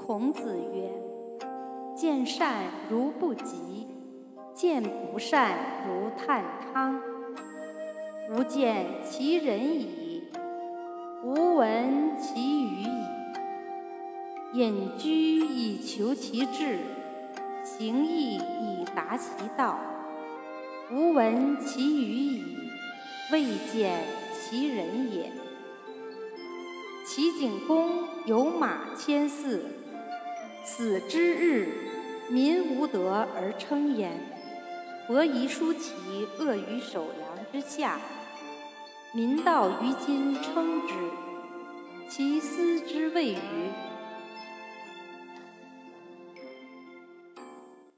孔子曰：见善如不及，见不善如探汤。吾见其人矣，吾闻其语矣。隐居以求其志，行义以达其道。吾闻其语矣，未见其人也。齐景公有马千驷，死之日，民无德而称焉。伯夷叔齐恶于首阳之下，民道于今称之。其斯之谓与？